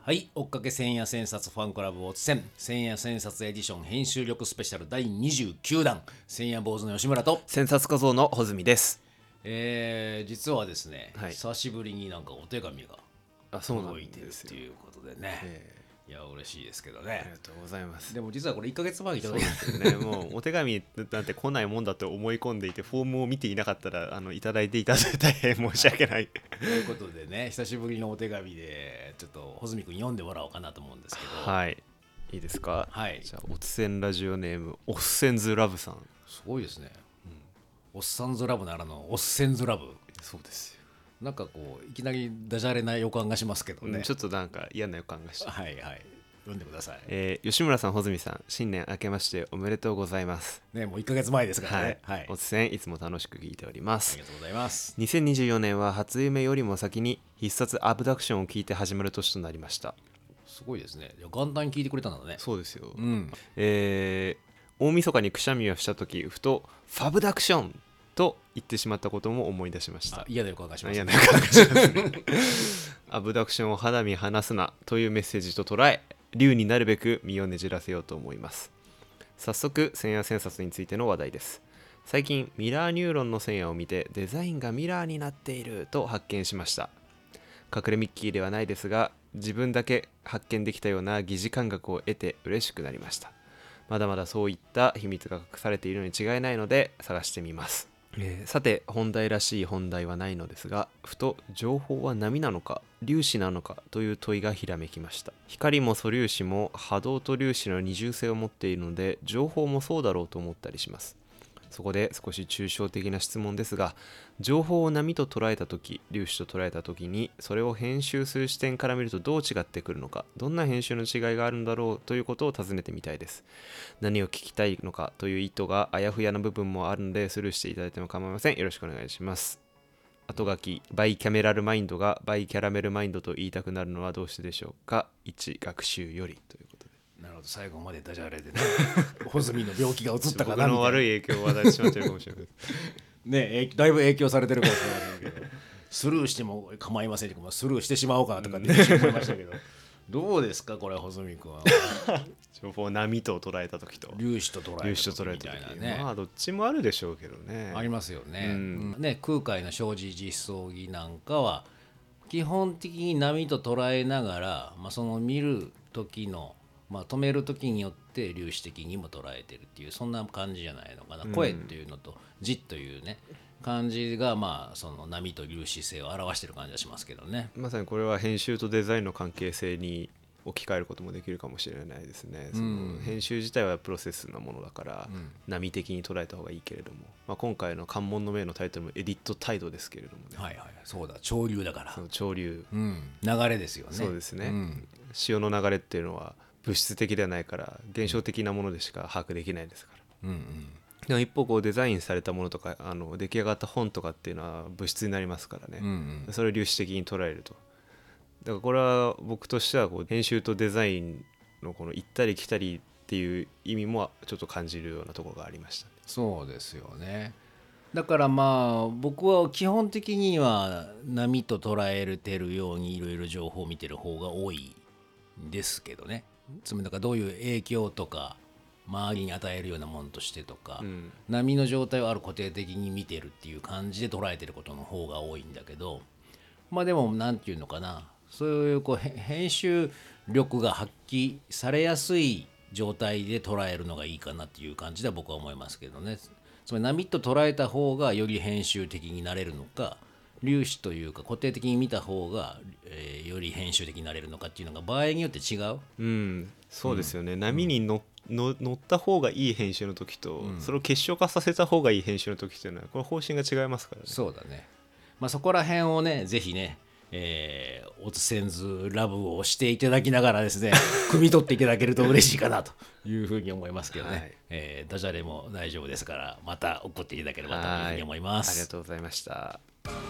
はい、追っかけ千夜千冊ファンクラブを千夜千冊エディション編集力スペシャル第29弾千夜坊主の吉村と千冊小僧の穂積です。 実はですね、 はい、 久しぶりになんかお手紙が届いてるっていうことでね、いや嬉しいですけどね。 ありがとうございます。 でも実はこれ1ヶ月前に届いてるんですよね。もうお手紙なんて来ないもんだと思い込んでいて、フォームを見ていなかったらいただいていたので大変申し訳ないということでね、久しぶりのお手紙でちょっと穂積君読んでもらおうかなと思うんですけど。 はい、いいですか。 はい、 じゃあおつせんラジオネームおっせんずラブさん。 すごいですね、おっさんずラブならのおっせんずラブ。 そうですよ。 なんかこういきなりダジャレな予感がしますけどね、 ちょっとなんか嫌な予感がして。 はいはい、読んでください。 吉村さん、穂積さん、新年明けましておめでとうございますね。もう1ヶ月前ですからね。 はい、おつせんいつも楽しく聞いております。 ありがとうございます。 2024年は初夢よりも先に必殺アブダクションを聞いて始まる年となりました。 すごいですね。元旦に聞いてくれたんだね。 そうですよ、 大晦日にくしゃみをした時、ふとファブダクションと言ってしまったことも思い出しました。 嫌な予感がします、 嫌な予感がしますねアブダクションを肌身離すなというメッセージと捉え、竜になるべく身をねじらせようと思います。早速千夜千冊についての話題です。最近ミラーニューロンの千夜を見て、デザインがミラーになっていると発見しました。隠れミッキーではないですが、自分だけ発見できたような疑似感覚を得て嬉しくなりました。まだまだそういった秘密が隠されているに違いないので探してみます。さて本題らしい本題はないのですが、ふと情報は波なのか粒子なのかという問いがひらめきました。光も素粒子も波動と粒子の二重性を持っているので、情報もそうだろうと思ったりします。そこで少し抽象的な質問ですが、情報を波と捉えたとき、粒子と捉えたときに、それを編集する視点から見るとどう違ってくるのか、どんな編集の違いがあるんだろうということを尋ねてみたいです。何を聞きたいのかという意図があやふやな部分もあるので、スルーしていただいても構いません。よろしくお願いします。後書き、バイキャメラルマインドがバイキャラメルマインドと言いたくなるのはどうしてでしょうか。1、学習よりということで。 なるほど、最後までダジャレでね穂積の病気が移ったかなみたいな。 僕の悪い影響を与えてしまっているかもしれないね、だいぶ影響されてるかもしれませんけどスルーしても構いませんけど、スルーしてしまおうかとかって思いましたけどどうですかこれ穂積君は情報を波と捉えた時と粒子と捉えた時みたいなね。 まあどっちもあるでしょうけどね。 ありますよね。ね、空海の生じ実相儀なんかは基本的に波と捉えながら、その見る時の、止める時によって粒子的にも捉えてるっていう、そんな感じじゃないのかな。声っていうのと字というね感じが、その波と粒子性を表してる感じがしますけどね。 まさにこれは編集とデザインの関係性に置き換えることもできるかもしれないですね。その編集自体はプロセスなものだから、波的に捉えた方がいいけれども、今回の関門の銘のタイトルもエディットタイドですけれどもね。 はいはい、そうだ、潮流だから。 その潮流、 流れですよね。 そうですね、潮の流れっていうのは物質的ではないから現象的なものでしか把握できないですから、でも一方こうデザインされたものとか出来上がった本とかっていうのは物質になりますからね、それを粒子的に捉えると。だからこれは僕としてはこう編集とデザインのこの行ったり来たりっていう意味もちょっと感じるようなところがありました。 そうですよね。だから僕は基本的には波と捉えてるようにいろいろ情報を見てる方が多いんですけどね。つまりだからどういう影響とか周りに与えるようなものとしてとか、波の状態をある固定的に見てるっていう感じで捉えてることの方が多いんだけど、でもなんていうのかな、そういう編集力が発揮されやすい状態で捉えるのがいいかなっていう感じでは僕は思いますけどね。つまり波と捉えた方がより編集的になれるのか、粒子というか固定的に見た方が、より編集的になれるのかっていうのが場合によって違う。 そうですよね、波に乗った方がいい編集の時と、それを結晶化させた方がいい編集の時っていうのはこれ方針が違いますからね。 そうだね。そこら辺をねぜひね、オツセンズラブをしていただきながらですね汲み取っていただけると嬉しいかなというふうに思いますけどね、ダジャレも大丈夫ですからまた送っていただければというふうに思います。 ありがとうございました。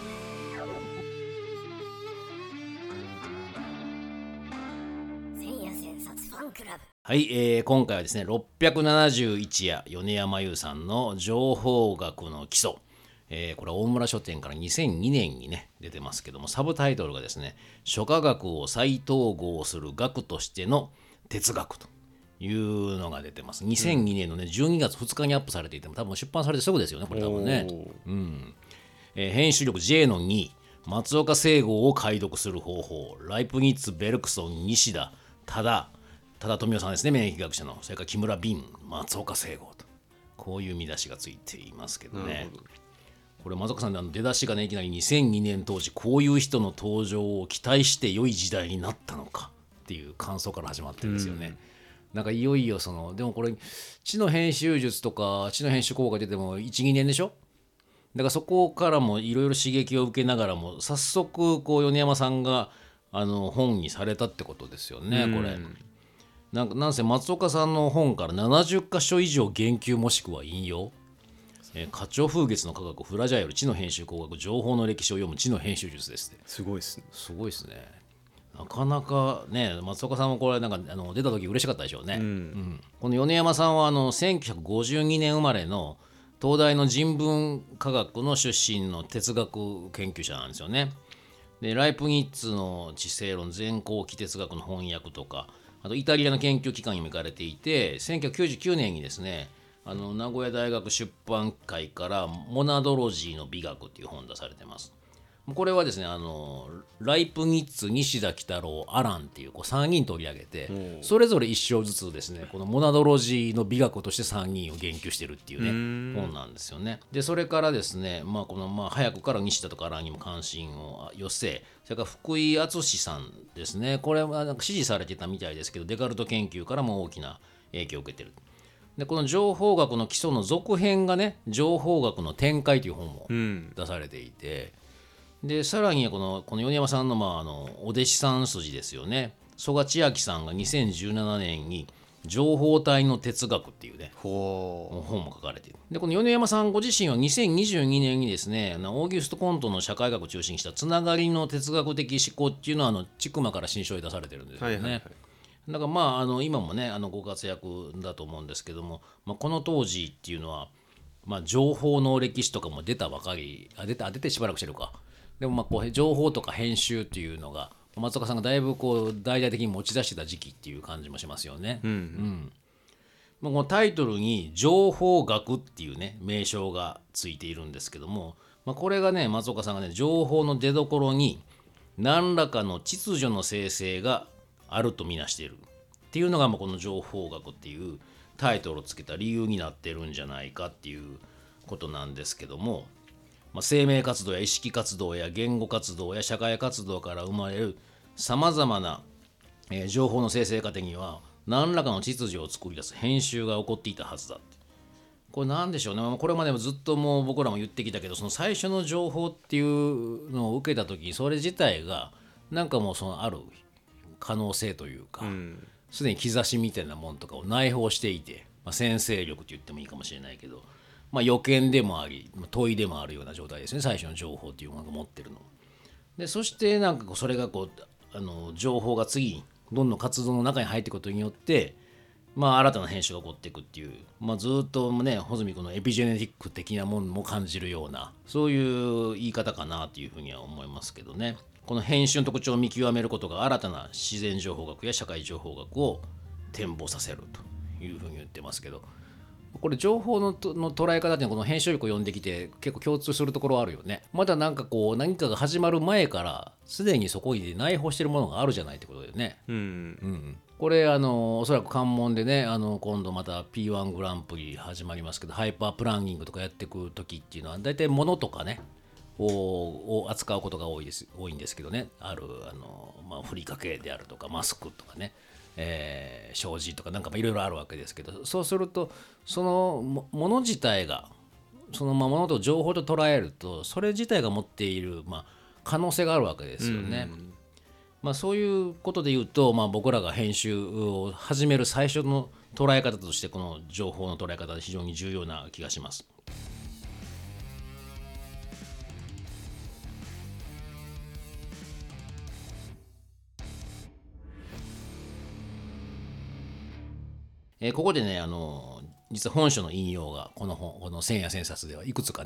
はい、今回はですね671夜米山優さんの情報学の基礎、 これは大村書店から2002年にね出てますけども、サブタイトルがですね、諸科学を再統合する学としての哲学というのが出てます。2002年のね12月2日にアップされていても、多分出版されてすぐですよねこれ多分ね。編集力 J の2、松岡聖吾を解読する方法、ライプニッツ、ベルクソン、西田、多田富夫さんですね、免疫学者の。それから木村敏、松岡聖吾と、こういう見出しがついていますけどね。これ松岡さんで出だしがね、いきなり2002年当時こういう人の登場を期待して良い時代になったのかっていう感想から始まってるんですよね。なんかいよいよでもこれ知の編集術とか知の編集効果出ても 1,2 年でしょ。だからそこからもいろいろ刺激を受けながらも、早速こう米山さんが本にされたってことですよね。これなんせ松岡さんの本から70箇所以上言及もしくは引用、花鳥風月の科学、フラジャイル、知の編集工学、情報の歴史を読む知の編集術ですって。 すごいですね。 すごいですね。なかなかね、松岡さんもこれなんか出た時嬉しかったでしょうね。この米山さんは1952年生まれの東大の人文科学の出身の哲学研究者なんですよね。でライプニッツの知性論、全後期哲学の翻訳とか、あとイタリアの研究機関にも行かれていて、1999年にですね、名古屋大学出版会からモナドロジーの美学っていう本を出されてます。これはですね、ライプニッツ、西田喜太郎、アランっていう3人取り上げて、それぞれ1章ずつですね、このモナドロジーの美学として3人を言及してるっていうね本なんですよね。でそれからですね、早くから西田とかアランにも関心を寄せ、それから福井敦さんですね、これはなんか支持されてたみたいですけど、デカルト研究からも大きな影響を受けてる。でこの情報学の基礎の続編がね、情報学の展開という本も出されていて、でさらにこの米山さんの、お弟子さん筋ですよね、曽我千秋さんが2017年に情報体の哲学っていうね本も書かれている。でこの米山さんご自身は2022年にですね、オーギュスト・コントの社会学を中心にしたつながりの哲学的思考っていうのは千曲から新書で出されてるんですよね。だから今もねご活躍だと思うんですけども、この当時っていうのは、情報の歴史とかも出たばかり、出てしばらくしてるか。でもこう情報とか編集っていうのが松岡さんがだいぶ大々的に持ち出してた時期っていう感じもしますよね。このタイトルに情報学っていうね名称がついているんですけども、これがね松岡さんがね、情報の出所に何らかの秩序の生成があるとみなしているっていうのが、この情報学っていうタイトルをつけた理由になってるんじゃないかっていうことなんですけども、生命活動や意識活動や言語活動や社会活動から生まれるさまざまな、情報の生成過程には何らかの秩序を作り出す編集が起こっていたはずだって。これなんでしょうね、これまでもずっともう僕らも言ってきたけど、その最初の情報っていうのを受けた時、それ自体がなんかもうある可能性というか、すでに兆しみたいなものとかを内包していて、先制力と言ってもいいかもしれないけど、予見でもあり問いでもあるような状態ですね、最初の情報というものが持ってるので。そしてなんかそれが情報が次にどんどん活動の中に入っていくことによって、新たな編集が起こっていくっていう、ずっとね穂積君のエピジェネティック的なものも感じるような、そういう言い方かなというふうには思いますけどね。この編集の特徴を見極めることが新たな自然情報学や社会情報学を展望させるというふうに言ってますけど、これ情報の捉え方っていうのはこの編集力を読んできて結構共通するところあるよね。まだ何か何かが始まる前からすでにそこに内包してるものがあるじゃないってことだよね。これおそらく関門でね、今度また P1 グランプリ始まりますけど、ハイパープランニングとかやっていく時っていうのは大体物とかねを扱うことが多いんですけどね。ふりかけであるとかマスクとかね、障子とかなんかいろいろあるわけですけど、そうするとそのもの自体がそのものと情報と捉えると、それ自体が持っている、可能性があるわけですよね。そういうことで言うと、僕らが編集を始める最初の捉え方として、この情報の捉え方は非常に重要な気がします。ここでね実は本書の引用がこの千夜千冊ではいくつかね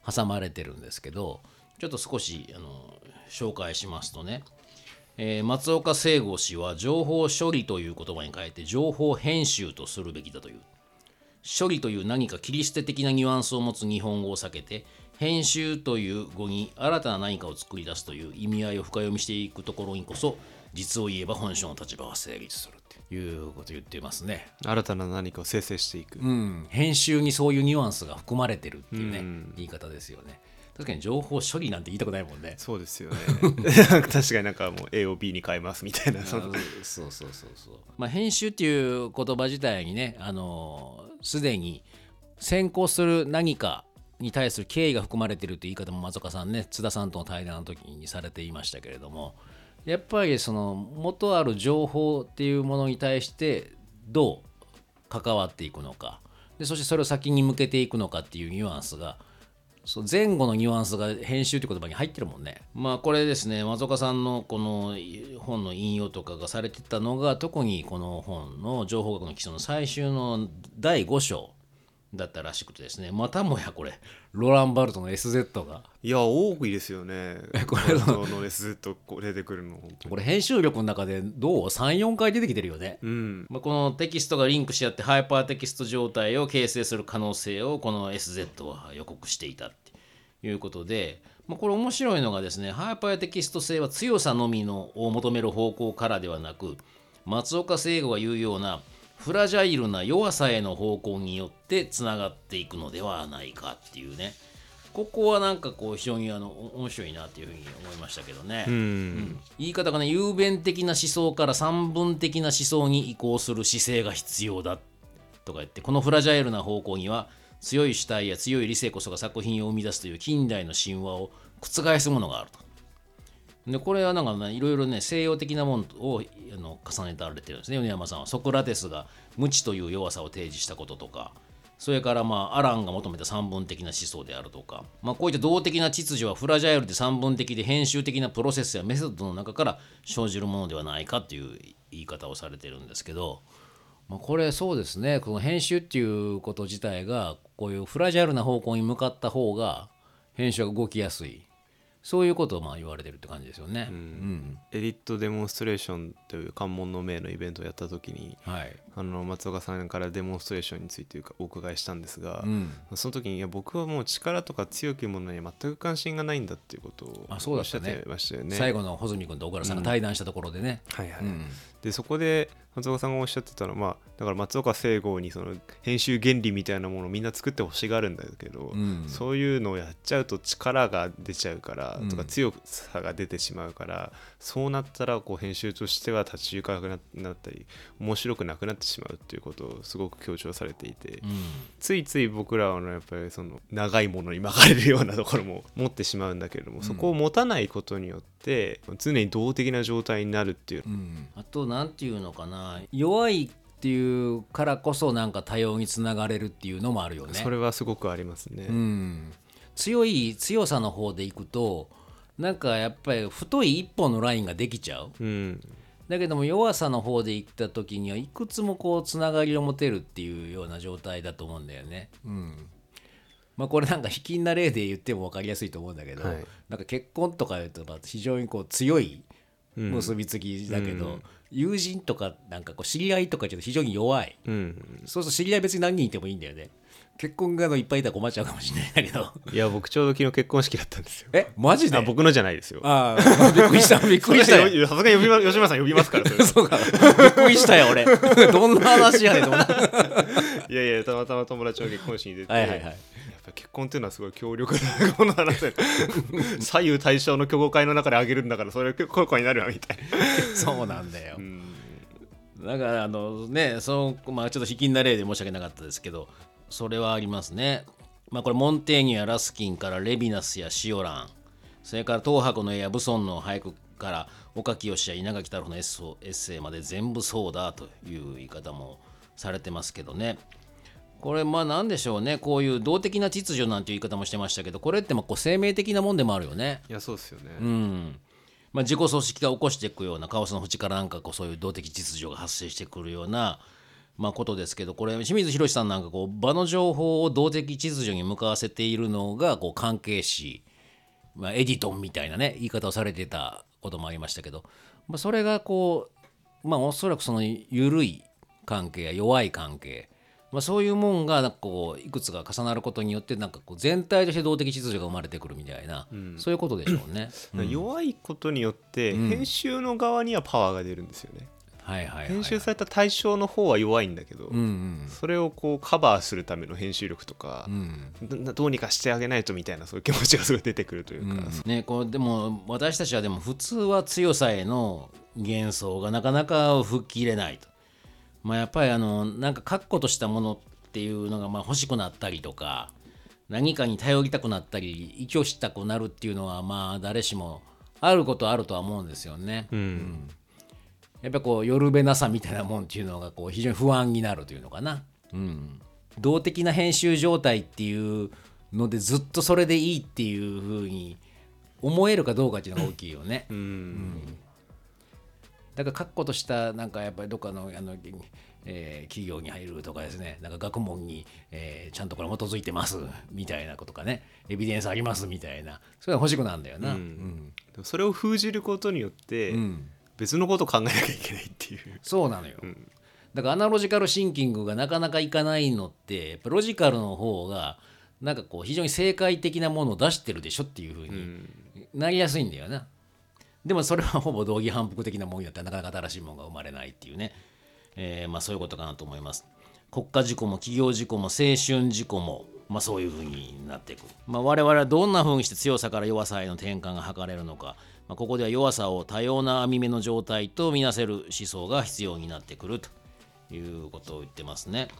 挟まれてるんですけど、ちょっと少し紹介しますとね、松岡聖吾氏は情報処理という言葉に変えて情報編集とするべきだという。処理という何か切り捨て的なニュアンスを持つ日本語を避けて、編集という語に新たな何かを作り出すという意味合いを深読みしていくところにこそ、実を言えば本書の立場は成立するっていうことを言っていますね。 新たな何かを生成していく、 編集にそういうニュアンスが含まれてるっていうね、言い方ですよね。確かに情報処理なんて言いたくないもんね。 そうですよね確かになんかもう A を B に変えますみたいなそう。編集っていう言葉自体にね、すでに先行する何かに対する敬意が含まれているという言い方も松岡さんね、津田さんとの対談の時にされていましたけれども、やっぱりその元ある情報っていうものに対してどう関わっていくのかで、そしてそれを先に向けていくのかっていうニュアンスが、そう前後のニュアンスが編集という言葉に入ってるもんね。まあこれですね、松岡さんのこの本の引用とかがされてたのが、特にこの本の情報学の基礎の最終の第5章だったらしくてですね、またもやこれロランバルトの SZ が、 いや多いですよねこれの SZ 出てくるのこれ編集力の中でどう 3,4 回出てきてるよね。このテキストがリンクし合ってハイパーテキスト状態を形成する可能性をこの SZ は予告していたっていうことで、これ面白いのがですね、ハイパーテキスト性は強さのみのを求める方向からではなく、松岡聖吾が言うようなフラジャイルな弱さへの方向によってつながっていくのではないかっていうね、ここはなんかこう非常に面白いなっていうふうに思いましたけどね。言い方がね、雄弁的な思想から散文的な思想に移行する姿勢が必要だとか言って、このフラジャイルな方向には強い主体や強い理性こそが作品を生み出すという近代の神話を覆すものがあると。でこれはなんかいろいろね、西洋的なものを重ねてられてるんですね、米山さんは。ソクラテスが無知という弱さを提示したこととか、それからアランが求めた散文的な思想であるとか、こういった動的な秩序はフラジャイルで散文的で編集的なプロセスやメソッドの中から生じるものではないかという言い方をされてるんですけど、これそうですね、この編集っていうこと自体がこういうフラジャイルな方向に向かった方が編集が動きやすい、そういうことを言われてるって感じですよね。 エディットデモンストレーションという関門の名のイベントをやった時に、松岡さんからデモンストレーションについてお伺いしたんですが、その時に僕はもう力とか強きものに全く関心がないんだっていうことをおっしゃってましたよね。 最後の穂積君と小倉さんが対談したところでね、 でそこで松岡さんがおっしゃってたのは、だから松岡聖吾にその編集原理みたいなものをみんな作ってほしがるんだけど、そういうのをやっちゃうと力が出ちゃうからとか強さが出てしまうから、そうなったらこう編集としては立ち行かなくなったり面白くなくなってしまうっていうことをすごく強調されていて、ついつい僕らはやっぱりその長いものに巻かれるようなところも持ってしまうんだけれども、そこを持たないことによって常に動的な状態になるっていう、 あとなんていうのかな、弱いっていうからこそなんか多様につながれるっていうのもあるよね。 それはすごくありますね。 強さの方でいくとなんかやっぱり太い一本のラインができちゃう、だけども弱さの方でいった時にはいくつもこうつながりを持てるっていうような状態だと思うんだよね。これなんか卑近な例で言っても分かりやすいと思うんだけど、なんか結婚とか言うと非常にこう強い結びつきだけど、友人とかなんかこう知り合いとかちょっと非常に弱い、そうすると知り合い別に何人いてもいいんだよね。結婚がいっぱいいたら困っちゃうかもしれないんだけどいや僕ちょうど昨日結婚式だったんですよ。 マジで？ 僕のじゃないですよ。 びっくりしたびっくりしたよ。 さすがに吉村さん呼びますからそそうか、びっくりしたよ俺どんな話やねんいやたまたま友達の結婚式に出て、やっぱ結婚っていうのはすごい強力なものだなって左右対称の競合会の中であげるんだからそれ効果になるわみたいなそうなんだよ、だからちょっと卑近な例で申し訳なかったですけど、それはありますね。これモンテーニュやラスキンからレヴィナスやシオラン、それから東博の絵やブソンの俳句から岡清や稲垣太郎のエッセイまで全部そうだという言い方もされてますけどね。これなんでしょうね、こういう動的な秩序なんていう言い方もしてましたけど、これってこう生命的なもんでもあるよね。 いやそうですよね。 自己組織が起こしていくようなカオスの淵からなんかそういう動的秩序が発生してくるような、 ことですけど、これ清水宏さんなんかこう場の情報を動的秩序に向かわせているのがこう関係史、エディトンみたいなね言い方をされてたこともありましたけど、それがこうおそらくその緩い関係や弱い関係、そういうもんがなんかこういくつか重なることによってなんかこう全体として動的秩序が生まれてくるみたいな、そういうことでしょうね。 弱いことによって編集の側にはパワーが出るんですよね。編集された対象の方は弱いんだけど、それをこうカバーするための編集力とか、どうにかしてあげないとみたいなそういう気持ちがすごい出てくるというか、 こうでも私たちはでも普通は強さへの幻想がなかなか吹っ切れないと、やっぱりなんか確固としたものっていうのが欲しくなったりとか、何かに頼りたくなったり依拠したくなるっていうのは誰しもあることあるとは思うんですよね。やっぱこうよるべなさみたいなもんっていうのがこう非常に不安になるというのかな、動的な編集状態っていうのでずっとそれでいいっていうふうに思えるかどうかっていうのが大きいよね。だから確固としたなんかやっぱりどっかの企業に入るとかですね、なんか学問に、ちゃんとこれ基づいてますみたいなことかね、エビデンスありますみたいな、それは欲しくなんだよな。 それを封じることによって、別のことを考えなきゃいけないっていう。 そうなのよ、だからアナロジカルシンキングがなかなかいかないのってやっぱロジカルの方がなんかこう非常に正解的なものを出してるでしょっていう風になりやすいんだよな。でもそれはほぼ同義反復的なものになったらなかなか新しいものが生まれないっていうね、そういうことかなと思います。国家事故も企業事故も青春事故も、そういう風になっていく。我々はどんな風にして強さから弱さへの転換が図れるのか、ここでは弱さを多様な網目の状態とみなせる思想が必要になってくるということを言ってますね。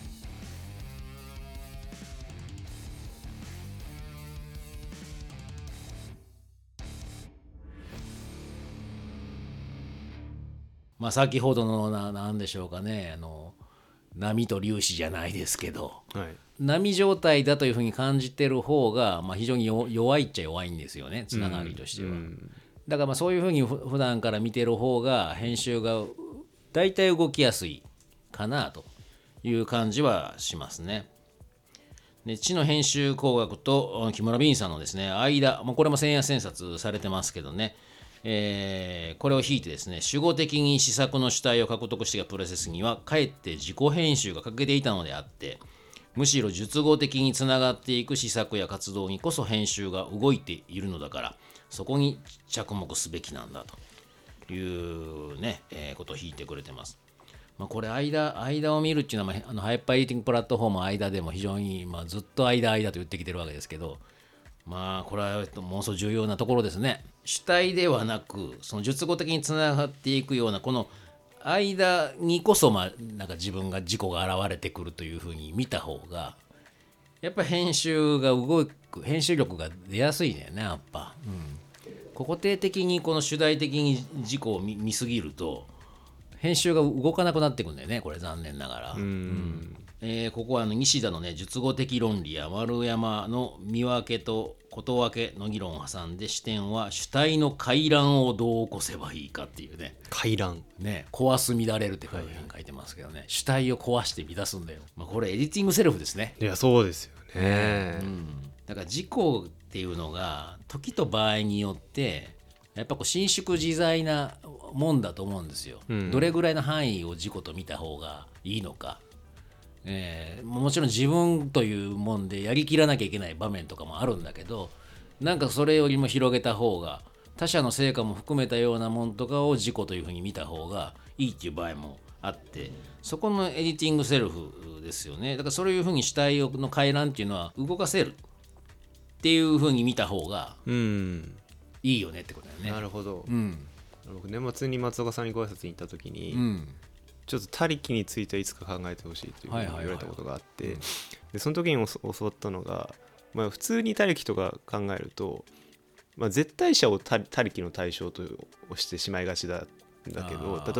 先ほどの何でしょうかね、波と粒子じゃないですけど、波状態だというふうに感じてる方が、非常に弱いっちゃ弱いんですよね、つながりとしては。だからそういうふうに普段から見てる方が編集がだいたい動きやすいかなという感じはしますね。で知の編集工学と木村敏さんのですね間、これも千夜千冊されてますけどね、これを引いてですね、主語的に試作の主体を獲得していたプロセスにはかえって自己編集が欠けていたのであって、むしろ述語的につながっていく施策や活動にこそ編集が動いているのだから、そこに着目すべきなんだというね、ことを引いてくれてます。これ間を見るっていうのは、ハイパーエディティングプラットフォーム間でも非常に、ずっと間と言ってきてるわけですけど、これはものすごく重要なところですね。主体ではなくその述語的につながっていくようなこの間にこそなんか自分が自己が現れてくるというふうに見た方がやっぱ編集が動く、編集力が出やすいんだよねやっぱ。固定的にこの主題的に自己を見すぎると編集が動かなくなってくんだよね、これ残念ながら。ここは西田のね述語的論理や丸山の見分けとこと分けの議論を挟んで、視点は主体の回覧をどう起こせばいいかっていうね。 回覧ね、壊す乱れるって書いてますけどね、主体を壊して乱すんだよ。これエディティングセルフですね。 いやそうですよね。 だから自己っていうのが時と場合によってやっぱこう伸縮自在なもんだと思うんですよ。どれぐらいの範囲を自己と見た方がいいのか。もちろん自分というもんでやりきらなきゃいけない場面とかもあるんだけど、なんかそれよりも広げた方が他者の成果も含めたようなもんとかを自己というふうに見た方がいいっていう場合もあって、そこのエディティングセルフですよね。だからそういうふうに主体の回覧っていうのは動かせるっていうふうに見た方がいいよねってことだよね。 なるほど。僕年末に松岡さんにご挨拶に行った時に、ちょっと他力についてはいつか考えてほしいというふうに言われたことがあって、でその時に教わったのが、普通に他力とか考えると、絶対者を他力の対象としてしまいがちだけど、例えば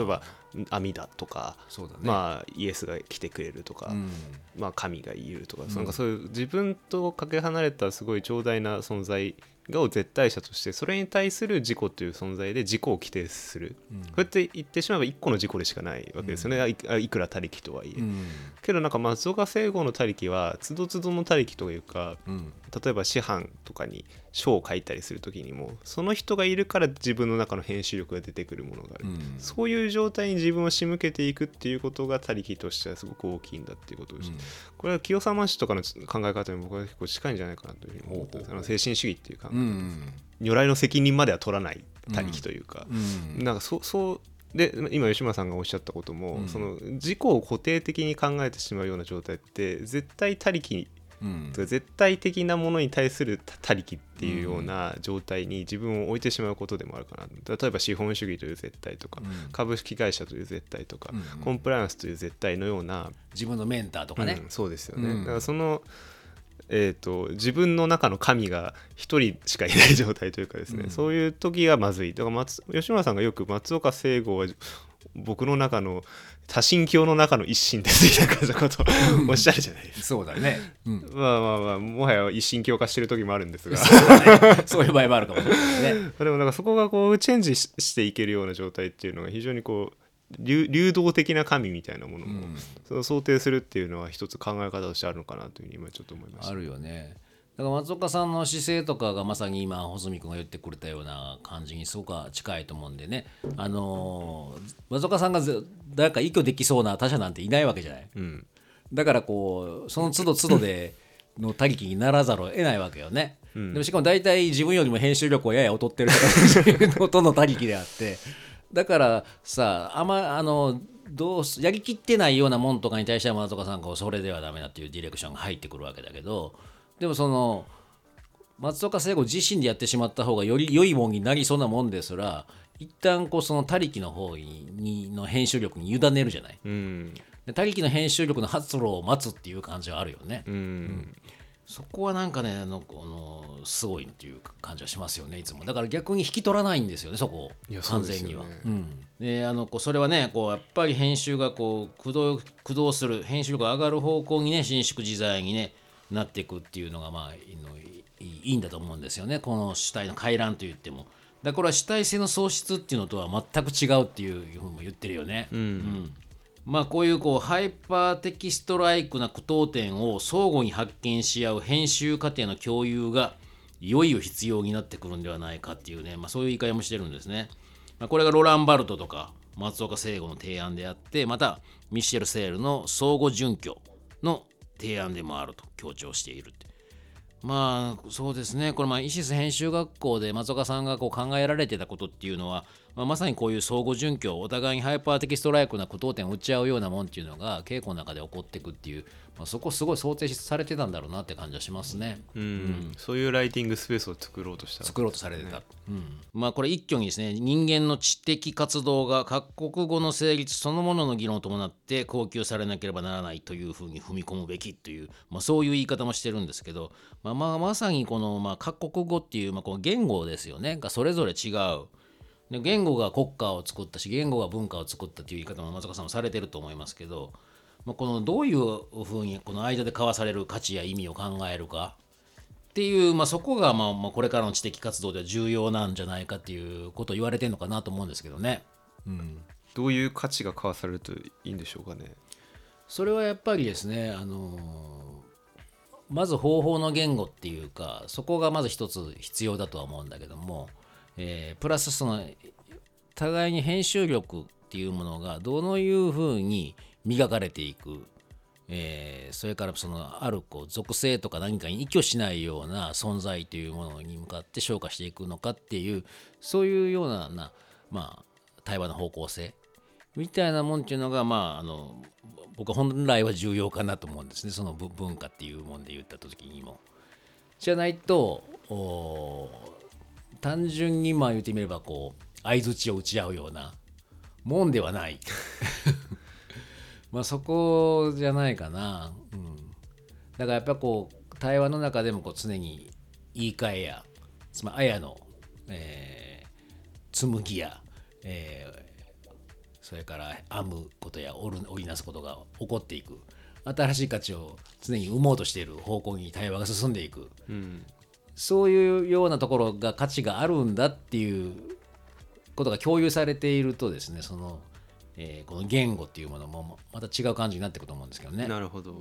網だとか、 そうだね、 まあイエスが来てくれるとか、まあ神がいるとか、なんかそういう自分とかけ離れたすごい長大な存在を絶対者として、それに対する自己という存在で自己を規定する、こうやって言ってしまえば一個の自己でしかないわけですよね、いくら他力とはいえ、けどなんか松岡聖吾の他力はつどつどの他力というか、例えば師範とかに書を書いたりする時にもその人がいるから自分の中の編集力が出てくるものがある、そういう状態に自分を仕向けていくっていうことが他力としてはすごく大きいんだっていうことです、これは清様師とかの考え方に僕は結構近いんじゃないかなというふうに思ってます。精神主義っていう考え方です、如来の責任までは取らない他力というか、なんかそうで今吉村さんがおっしゃったことも、その自己を固定的に考えてしまうような状態って絶対他力、絶対的なものに対する他力っていうような状態に自分を置いてしまうことでもあるかな。例えば資本主義という絶対とか、株式会社という絶対とか、コンプライアンスという絶対のような自分のメンターとかね、 そうですよね、だからその自分の中の神が一人しかいない状態というかですね、そういう時がまずい。だから吉村さんがよく松岡聖吾は僕の中の多神教の中の一神ですみたいな感じのことをおっしゃるじゃないですか。 そうだね、 まあまあまあもはや一神教化してる時もあるんですがそういう場合もあるかもしれないねでもなんかそこがこうチェンジしていけるような状態っていうのが非常にこう流動的な神みたいなものも、その想定するっていうのは一つ考え方としてあるのかなというふうに今ちょっと思いました。 あるよね。だから松岡さんの姿勢とかがまさに今穂積君が言ってくれたような感じにすごく近いと思うんでね、松岡さんが誰か依拠できそうな他者なんていないわけじゃない、だからこうその都度都度での他力にならざるを得ないわけよね、でもしかも大体自分よりも編集力をやや劣ってる人との他力であってだからさやりきってないようなもんとかに対しては松岡さんがそれではダメだっていうディレクションが入ってくるわけだけど、でもその松岡聖子自身でやってしまった方がより良いもんになりそうなもんですら、一旦こうその他力の方の編集力に委ねるじゃない、で他力の編集力の発露を待つっていう感じはあるよね、そこはなんかねすごいっていう感じはしますよねいつも。だから逆に引き取らないんですよねそこを完全には。でそれはねこうやっぱり編集がこう駆動する編集力が上がる方向にね伸縮自在にねなっていくっていうのがまあいいんだと思うんですよね、この主体の回覧といっても。だからこれは主体性の喪失っていうのとは全く違うっていうふうにも言ってるよね。まあこういうハイパーテキストライクな句読点を相互に発見し合う編集過程の共有がいよいよ必要になってくるんではないかっていうね、そういう言い換えもしてるんですね。これがロランバルトとか松岡聖吾の提案であって、またミシェル・セールの相互準拠の提案でもあると強調しているって。まあそうですね、これイシス編集学校で松岡さんが考えられてたことっていうのは、まさにこういう相互準拠、お互いにハイパーテキストライクな句読点を打ち合うようなもんっていうのが稽古の中で起こっていくっていう、そこすごい想定されてたんだろうなって感じはしますね。 そういうライティングスペースを作ろうとされてた、これ一挙にですね、人間の知的活動が各国語の成立そのものの議論を伴って供給されなければならないというふうに踏み込むべきという、そういう言い方もしてるんですけど、まさにこの、各国語っていう、この言語ですよねがそれぞれ違う。で言語が国家を作ったし言語が文化を作ったという言い方も松岡さんもされてると思いますけど、このどういうふうにこの間で交わされる価値や意味を考えるかっていう、そこがこれからの知的活動では重要なんじゃないかっていうことを言われてるのかなと思うんですけどね。 どういう価値が交わされるといいんでしょうかね。 それはやっぱりですね、まず方法の言語っていうかそこがまず一つ必要だとは思うんだけども、プラスその互いに編集力っていうものがどのいうふうに磨かれていく、それからそのある属性とか何かに依拠しないような存在というものに向かって昇華していくのかっていう、そういうような対話の方向性みたいなもんっていうのが僕は本来は重要かなと思うんですね、その文化っていうもんで言った時にも。じゃないと単純に言ってみれば相槌を打ち合うようなもんではないそこじゃないかな、だからやっぱ対話の中でも常に言い換えやつまり綾の、紬や、 それから編むことや織りなすことが起こっていく、新しい価値を常に生もうとしている方向に対話が進んでいく、そういうようなところが価値があるんだっていうことが共有されているとですね、この言語っていうものもまた違う感じになっていくと思うんですけどね。 なるほど、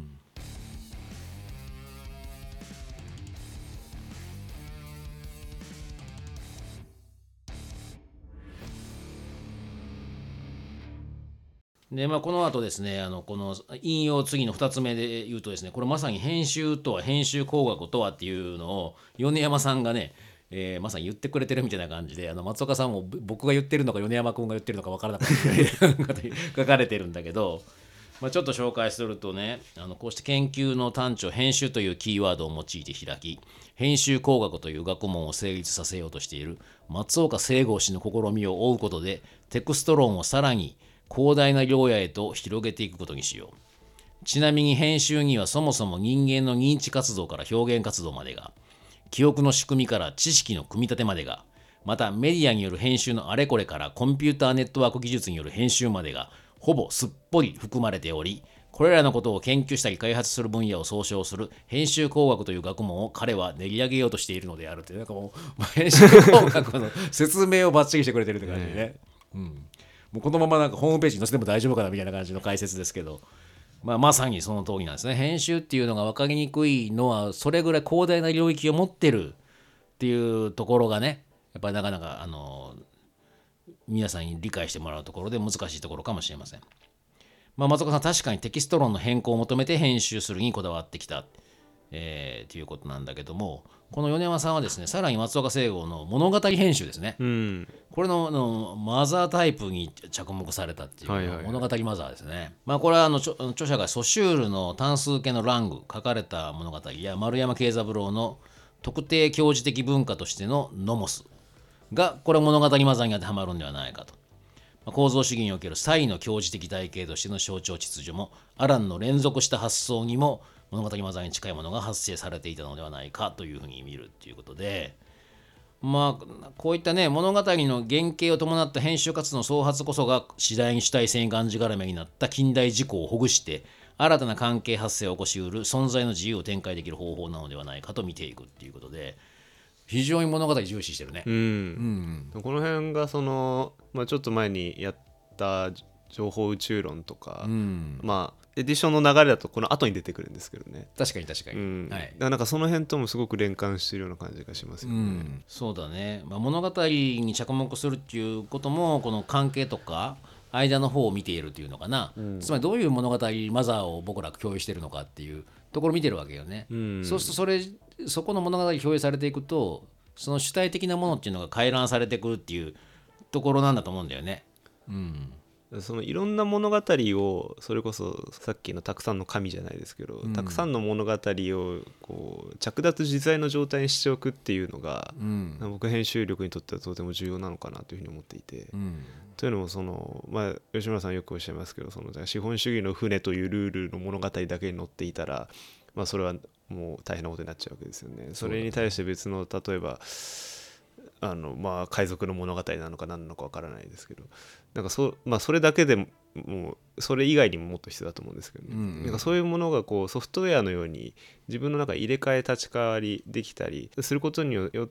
でこの後ですね、この引用次の2つ目で言うとですね、これまさに編集とは、編集工学とはっていうのを米山さんがね、まさに言ってくれてるみたいな感じで、松岡さんも僕が言ってるのか米山君が言ってるのか分からなかった書かれてるんだけど、ちょっと紹介するとね、こうして研究の端緒、編集というキーワードを用いて開き、編集工学という学問を成立させようとしている松岡正剛氏の試みを追うことで、テクスト論をさらに広大な領野へと広げていくことにしよう。ちなみに編集にはそもそも人間の認知活動から表現活動までが、記憶の仕組みから知識の組み立てまでが、またメディアによる編集のあれこれからコンピューターネットワーク技術による編集までがほぼすっぽり含まれており、これらのことを研究したり開発する分野を総称する編集工学という学問を彼は練り上げようとしているのであるという、なんかもう編集工学の説明をバッチリしてくれてるって感じでね、もうこのままなんかホームページに載せても大丈夫かなみたいな感じの解説ですけど、まさにその通りなんですね。編集っていうのが分かりにくいのは、それぐらい広大な領域を持ってるっていうところがね、やっぱりなかなか皆さんに理解してもらうところで難しいところかもしれません。松岡さん、確かにテキスト論の変更を求めて編集するにこだわってきた、ということなんだけども、この米山さんはですね、さらに松岡正剛の物語編集ですね、これのマザータイプに着目されたっていう、物語マザーですね。これは著者がソシュールの単数形のラング書かれた物語や、丸山慶三郎の特定教授的文化としてのノモスが、これ物語マザーに当てはまるんではないかと。構造主義における差異の教授的体系としての象徴秩序も、アランの連続した発想にも物語マザーに近いものが発生されていたのではないかというふうに見るということで、こういったね、物語の原型を伴った編集活動の創発こそが次第に主体性がんじがらめになった近代事項をほぐして新たな関係発生を起こしうる存在の自由を展開できる方法なのではないかと見ていくっていうことで、非常に物語重視してるね。 この辺がちょっと前にやった情報宇宙論とか、エディションの流れだとこの後に出てくるんですけどね。 確かに、だからなんかその辺ともすごく連関しているような感じがしますよね。 そうだね、物語に着目するっていうことも、この関係とか間の方を見ているというのかな、つまりどういう物語マザーを僕らが共有しているのかっていうところを見てるわけよね。そうするとそこの物語が共有されていくと、その主体的なものっていうのが回覧されてくるっていうところなんだと思うんだよね。 そのいろんな物語を、それこそさっきのたくさんの神じゃないですけど、たくさんの物語をこう着脱自在の状態にしておくっていうのが、僕編集力にとってはとても重要なのかなというふうに思っていて、というのも吉村さんよくおっしゃいますけど、資本主義の船というルールの物語だけに乗っていたら、それはもう大変なことになっちゃうわけですよね。それに対して別の、例えば海賊の物語なのか何なのかわからないですけど、なんかそれだけでもうそれ以外にももっと必要だと思うんですけどね、なんかそういうものがこうソフトウェアのように自分の中に入れ替え立ち替わりできたりすることによって、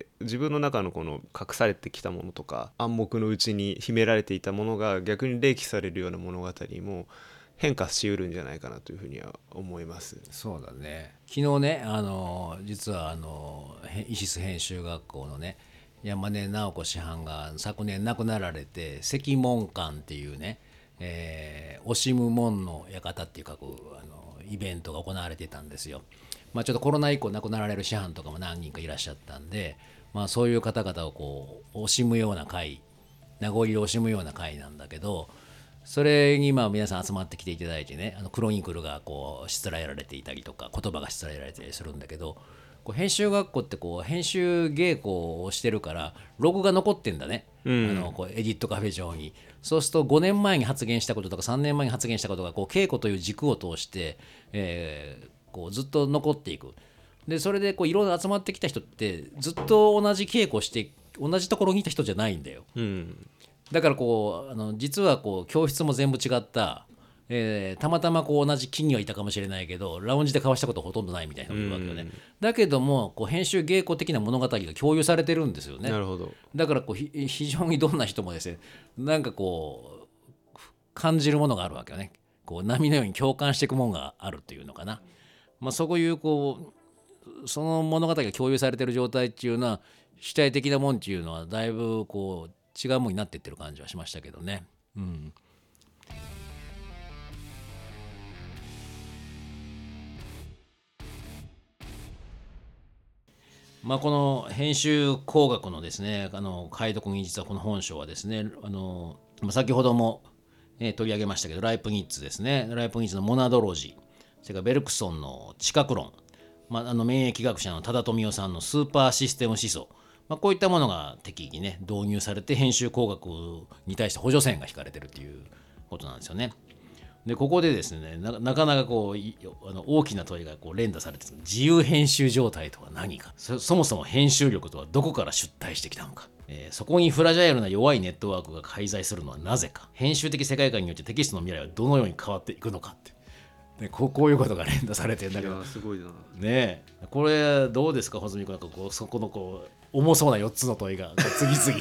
自分の中のこの隠されてきたものとか暗黙のうちに秘められていたものが逆に冷気されるような物語も変化しうるんじゃないかなというふうには思います。 そうだね。昨日ね、実はイシス編集学校のね、山根直子師範が昨年亡くなられて、石門館っていうね、惜しむ門の館っていうかイベントが行われていたんですよ。ちょっとコロナ以降亡くなられる師範とかも何人かいらっしゃったんで、そういう方々をこう惜しむような会、名残を惜しむような会なんだけど、それに皆さん集まってきていただいてね、クロニクルがこうしつらえられていたりとか、言葉がしつらえられてたりするんだけど、編集学校って編集稽古をしてるからログが残ってんだね、エディットカフェ上に。そうすると5年前に発言したこととか3年前に発言したことが稽古という軸を通して、ずっと残っていく。でそれでいろいろ集まってきた人ってずっと同じ稽古をして同じところにいた人じゃないんだよ。 だからこう実はこう教室も全部違った、たまたまこう同じ木にはいたかもしれないけどラウンジで交わしたことほとんどないみたいなのがいるわけよね。だけどもこう編集芸巧的な物語が共有されてるんですよね。 なるほど。 だからこう非常にどんな人もですねなんかこう感じるものがあるわけよね。こう波のように共感していくものがあるっていうのかな。そういうこうその物語が共有されてる状態っていうのは主体的なもんっていうのはだいぶこう違うものになっていってる感じはしましたけどね。この編集工学のですね解読に実はこの本書はですね先ほども、取り上げましたけどライプニッツですね。ライプニッツのモナドロジー、それからベルクソンの知覚論、免疫学者の多田富夫さんのスーパーシステム思想、こういったものが適宜にね導入されて編集工学に対して補助線が引かれてるっていうことなんですよね。でここでですねなかなかこう大きな問いがこう連打されて、自由編集状態とは何か、そもそも編集力とはどこから出退してきたのか、そこにフラジャイルな弱いネットワークが介在するのはなぜか、編集的世界観によってテキストの未来はどのように変わっていくのかって、こういうことが連打されてるんだけど、 いやすごいな。 ねえこれどうですか穂積君、なんかこうそこのこう重そうな4つの問いが次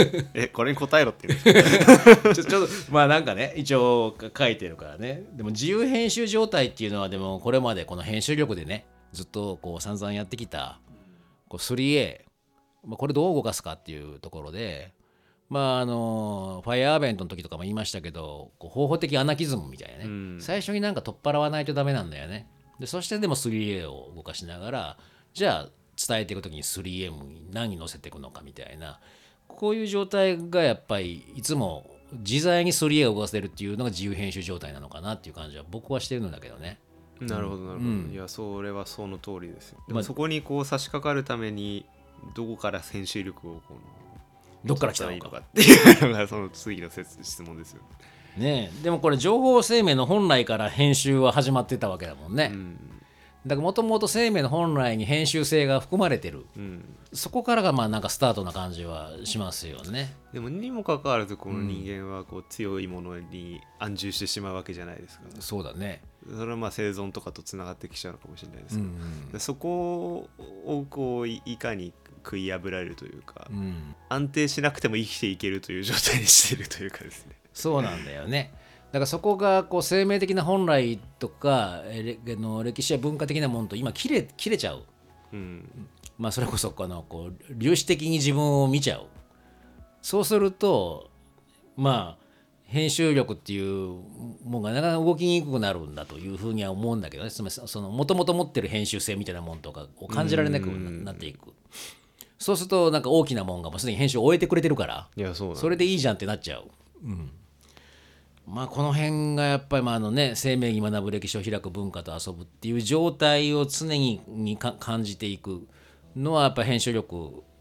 々 これに答えろっていうちょっとなんかね一応書いてるからね。でも自由編集状態っていうのはでもこれまでこの編集力でねずっとこう散々やってきたこう 3A、これどう動かすかっていうところでファイアーベントの時とかも言いましたけど、こう方法的アナキズムみたいなね、最初になんか取っ払わないとダメなんだよね。でそしてでも 3A を動かしながらじゃあ伝えていくときに 3M に何乗せていくのかみたいな、こういう状態がやっぱりいつも自在に 3A を動かせるっていうのが自由編集状態なのかなっていう感じは僕はしてるんだけどね。 なるほどなるほど、いやそれはその通りですよ。でもそこにこう差し掛かるためにどこから編集力をどっから来たのかっていうのがその次の質問ですよね。でもこれ情報生命の本来から編集は始まってたわけだもんね。だからもともと生命の本来に編集性が含まれてる、そこからがなんかスタートな感じはしますよね。 でもにもかかわらずこの人間はこう強いものに安住してしまうわけじゃないですか。 そうだね。 それは生存とかとつながってきちゃうのかもしれないですけど、そこをこういかに食い破られるというか、安定しなくても生きていけるという状態にしているというかですね。 そうなんだよね。だからそこがこう生命的な本来とか歴史や文化的なものと今切れちゃう、それこそこう粒子的に自分を見ちゃう。そうすると編集力っていうものがなかなか動きにくくなるんだというふうには思うんだけどね。つまりそのもともと持ってる編集性みたいなものとかを感じられなくなっていく。そうするとなんか大きなものがもうすでに編集を終えてくれてるから、それでいいじゃんってなっちゃう。この辺がやっぱり生命に学ぶ歴史を開く文化と遊ぶっていう状態を常に感じていくのはやっぱり編集力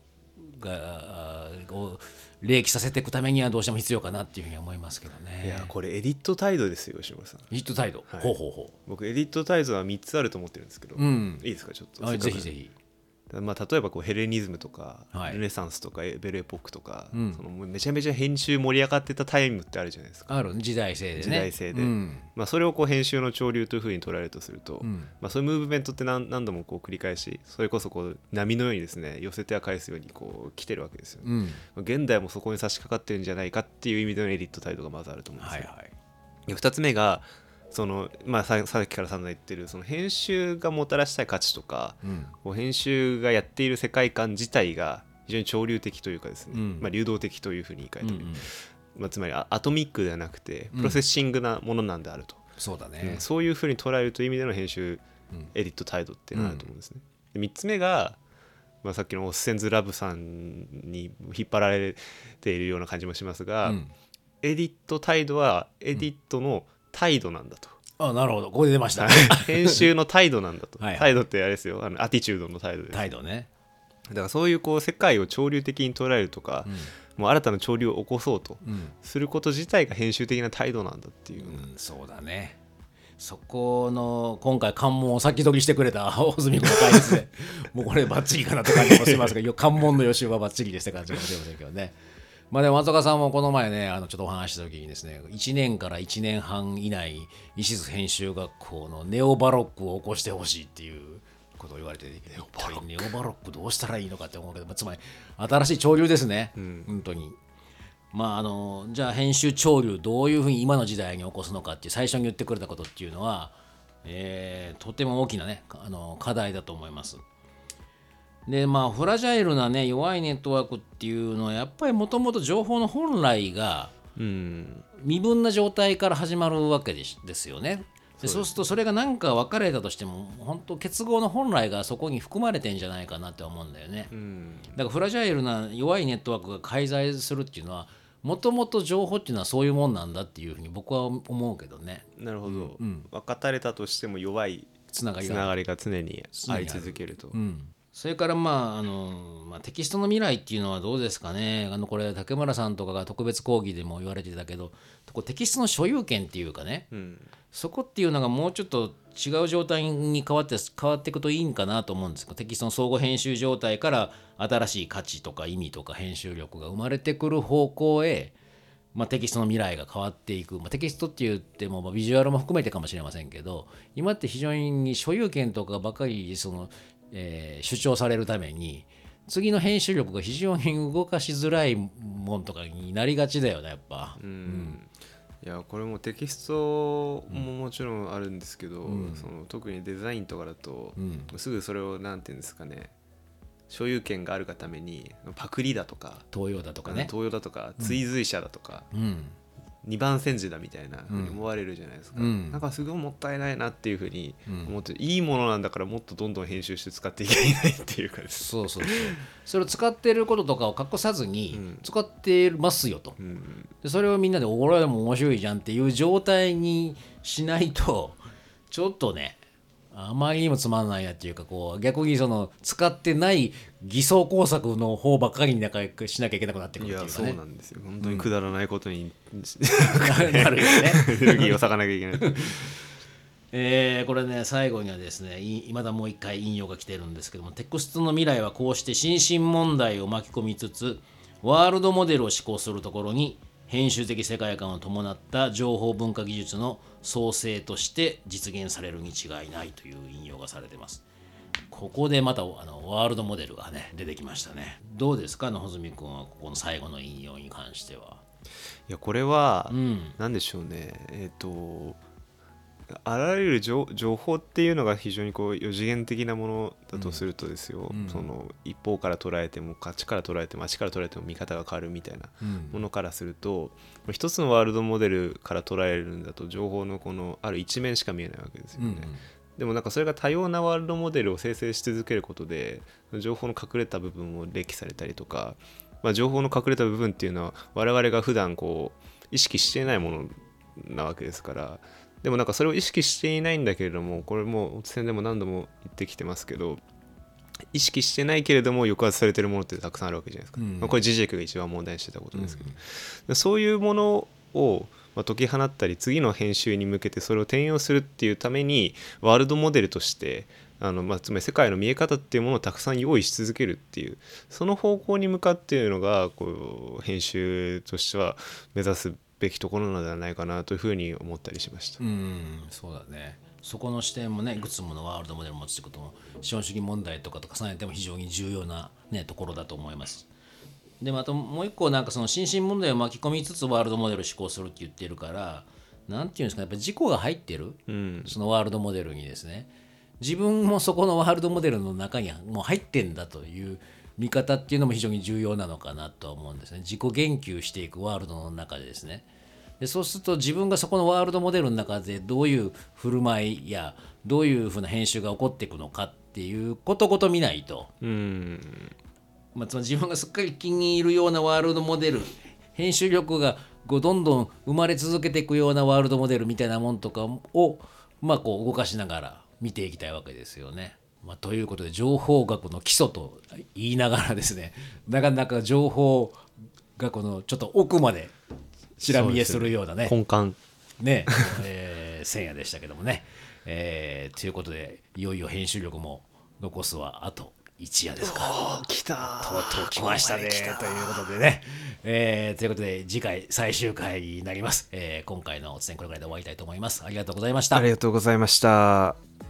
を励起させていくためにはどうしても必要かなっていうふうに思いますけどね。 いやこれエディット態度ですよ吉村さん。 エディット態度、ほうほうほう。 僕エディット態度は3つあると思ってるんですけど、いいですかちょっと。 ぜひぜひ。 例えばこうヘレニズムとか、ルネサンスとかベルエポックとか、そのめちゃめちゃ編集盛り上がってたタイムってあるじゃないですか。 ある時代性でね。 時代性で、それをこう編集の潮流というふうに捉えるとすると、そういうムーブメントって何度もこう繰り返し、それこそこう波のようにですね寄せては返すようにこう来てるわけですよ、現代もそこに差し掛かってるんじゃないかっていう意味でのエディット態度がまずあると思うんですよ。2つ目がさっきから散々言ってるその編集がもたらしたい価値とか、こう編集がやっている世界観自体が非常に潮流的というかですね、流動的というふうに言い換えてみる、つまりアトミックではなくてプロセッシングなものなんであると、 そうだね、 そういうふうに捉えるという意味での編集、エディット態度っていうのがあると思うんですね。で3つ目が、さっきのオッセンズラブさんに引っ張られているような感じもしますが、エディット態度はエディットの態度なんだと。 なるほど、ここで出ました。 編集の態度なんだと。態度ってあれですよ、アティチュードの態度です。 態度ね。 だからそういうこう世界を潮流的に捉えるとか、もう新たな潮流を起こそうとすること自体が編集的な態度なんだっていう、 そうだね。そこの今回関門を先取りしてくれた大泉君の解説でもうこれバッチリかなって感じもしますが関門の予習はバッチリでした感じかもしれませんけどね。 まあでも松岡さんもこの前ねちょっとお話しした時にですね1年から1年半以内に石津編集学校のネオバロックを起こしてほしいっていうことを言われて、ネオバロックどうしたらいいのかって思うけど、つまり新しい潮流ですね、本当に。まあじゃあ編集潮流どういうふうに今の時代に起こすのかっていう最初に言ってくれたことっていうのは、とても大きなね課題だと思います。でまあフラジャイルなね弱いネットワークっていうのはやっぱりもともと情報の本来が身分な状態から始まるわけですよね。そうするとそれが何か分かれたとしても本当結合の本来がそこに含まれてんじゃないかなって思うんだよね。だからフラジャイルな弱いネットワークが介在するっていうのはもともと情報っていうのはそういうもんなんだっていうふうに僕は思うけどね。 なるほど、分かれたとしても弱いつながりが常にあり続けると。 それからテキストの未来っていうのはどうですかね。これ竹村さんとかが特別講義でも言われてたけどテキストの所有権っていうかね、そこっていうのがもうちょっと違う状態に変わっていくといいんかなと思うんですけど、テキストの相互編集状態から新しい価値とか意味とか編集力が生まれてくる方向へ、テキストの未来が変わっていく、テキストって言っても、ビジュアルも含めてかもしれませんけど、今って非常に所有権とかばかり主張されるために次の編集力が非常に動かしづらいもんとかになりがちだよねやっぱ。 いやこれもテキストももちろんあるんですけど、特にデザインとかだと、すぐそれをなんていうんですかね、所有権があるがためにパクリだとか盗用だとかね、 追随者だとか、2番煎じだみたいなふうに思われるじゃないですか、なんかすごいもったいないなっていうふうに思って、いいものなんだからもっとどんどん編集して使っていけないっていうか、 そうそれを使ってることとかを隠さずに使ってますよと、でそれをみんなで俺はも面白いじゃんっていう状態にしないとちょっとねあまりにもつまんないなっていうか、逆に使ってない偽装工作の方ばっかりにしなきゃいけなくなってくるっていうかね。 いやそうなんですよ、本当にくだらないことに、 なるよねエネルギーを割かなきゃいけない。 これね最後にはですねまだもう一回引用が来てるんですけども、テクストの未来はこうして心身問題を巻き込みつつワールドモデルを思考するところに編集的世界観を伴った情報文化技術の創生として実現されるに違いないという引用がされています。ここでまたワールドモデルがね出てきましたね。どうですか穂積君はここの最後の引用に関しては。 いやこれは何でしょうね、あらゆる情報っていうのが非常に4次元的なものだとするとですよ、その一方から捉えてもあっちから捉えてもあっちから捉えても見方が変わるみたいなものからすると、一つのワールドモデルから捉えるんだと情報のこのある一面しか見えないわけですよね、でもなんかそれが多様なワールドモデルを生成し続けることで情報の隠れた部分を歴されたりとか、情報の隠れた部分っていうのは我々が普段意識していないものなわけですから、でもなんかそれを意識していないんだけれども、これもお伝でも何度も言ってきてますけど、意識してないけれども抑圧されてるものってたくさんあるわけじゃないですか、これジジェクが一番問題にしてたことですけど、そういうものを解き放ったり次の編集に向けてそれを転用するっていうためにワールドモデルとしてつまり世界の見え方っていうものをたくさん用意し続けるっていう、その方向に向かっているのが編集としては目指すべきところなのではないかなというふうに思ったりしました。 そうだね。そこの視点もねいくつものワールドモデルを持つということも資本主義問題とかと重ねても非常に重要な、ところだと思います。であともう一個なんかその心身問題を巻き込みつつワールドモデルを思考するって言ってるから、なんていうんですかね、やっぱり自己が入ってる、そのワールドモデルにですね、自分もそこのワールドモデルの中にもう入ってんだという見方っていうのも非常に重要なのかなとは思うんですね。自己言及していくワールドの中でですね。でそうすると自分がそこのワールドモデルの中でどういう振る舞いやどういうふうな編集が起こっていくのかっていうことごと見ないと、つまり自分がすっかり気に入るようなワールドモデル、編集力がどんどん生まれ続けていくようなワールドモデルみたいなもんとかを動かしながら見ていきたいわけですよね。ということで情報学の基礎と言いながらですね、なかなか情報学のちょっと奥までちら見えするようなね、 根幹ね、千夜でしたけどもね、ということでいよいよ編集力も残すはあと一夜ですか。 来たとうとう来ましたねということでね、ということで次回最終回になります。今回のおつてんこれぐらいで終わりたいと思います。ありがとうございました。 ありがとうございました。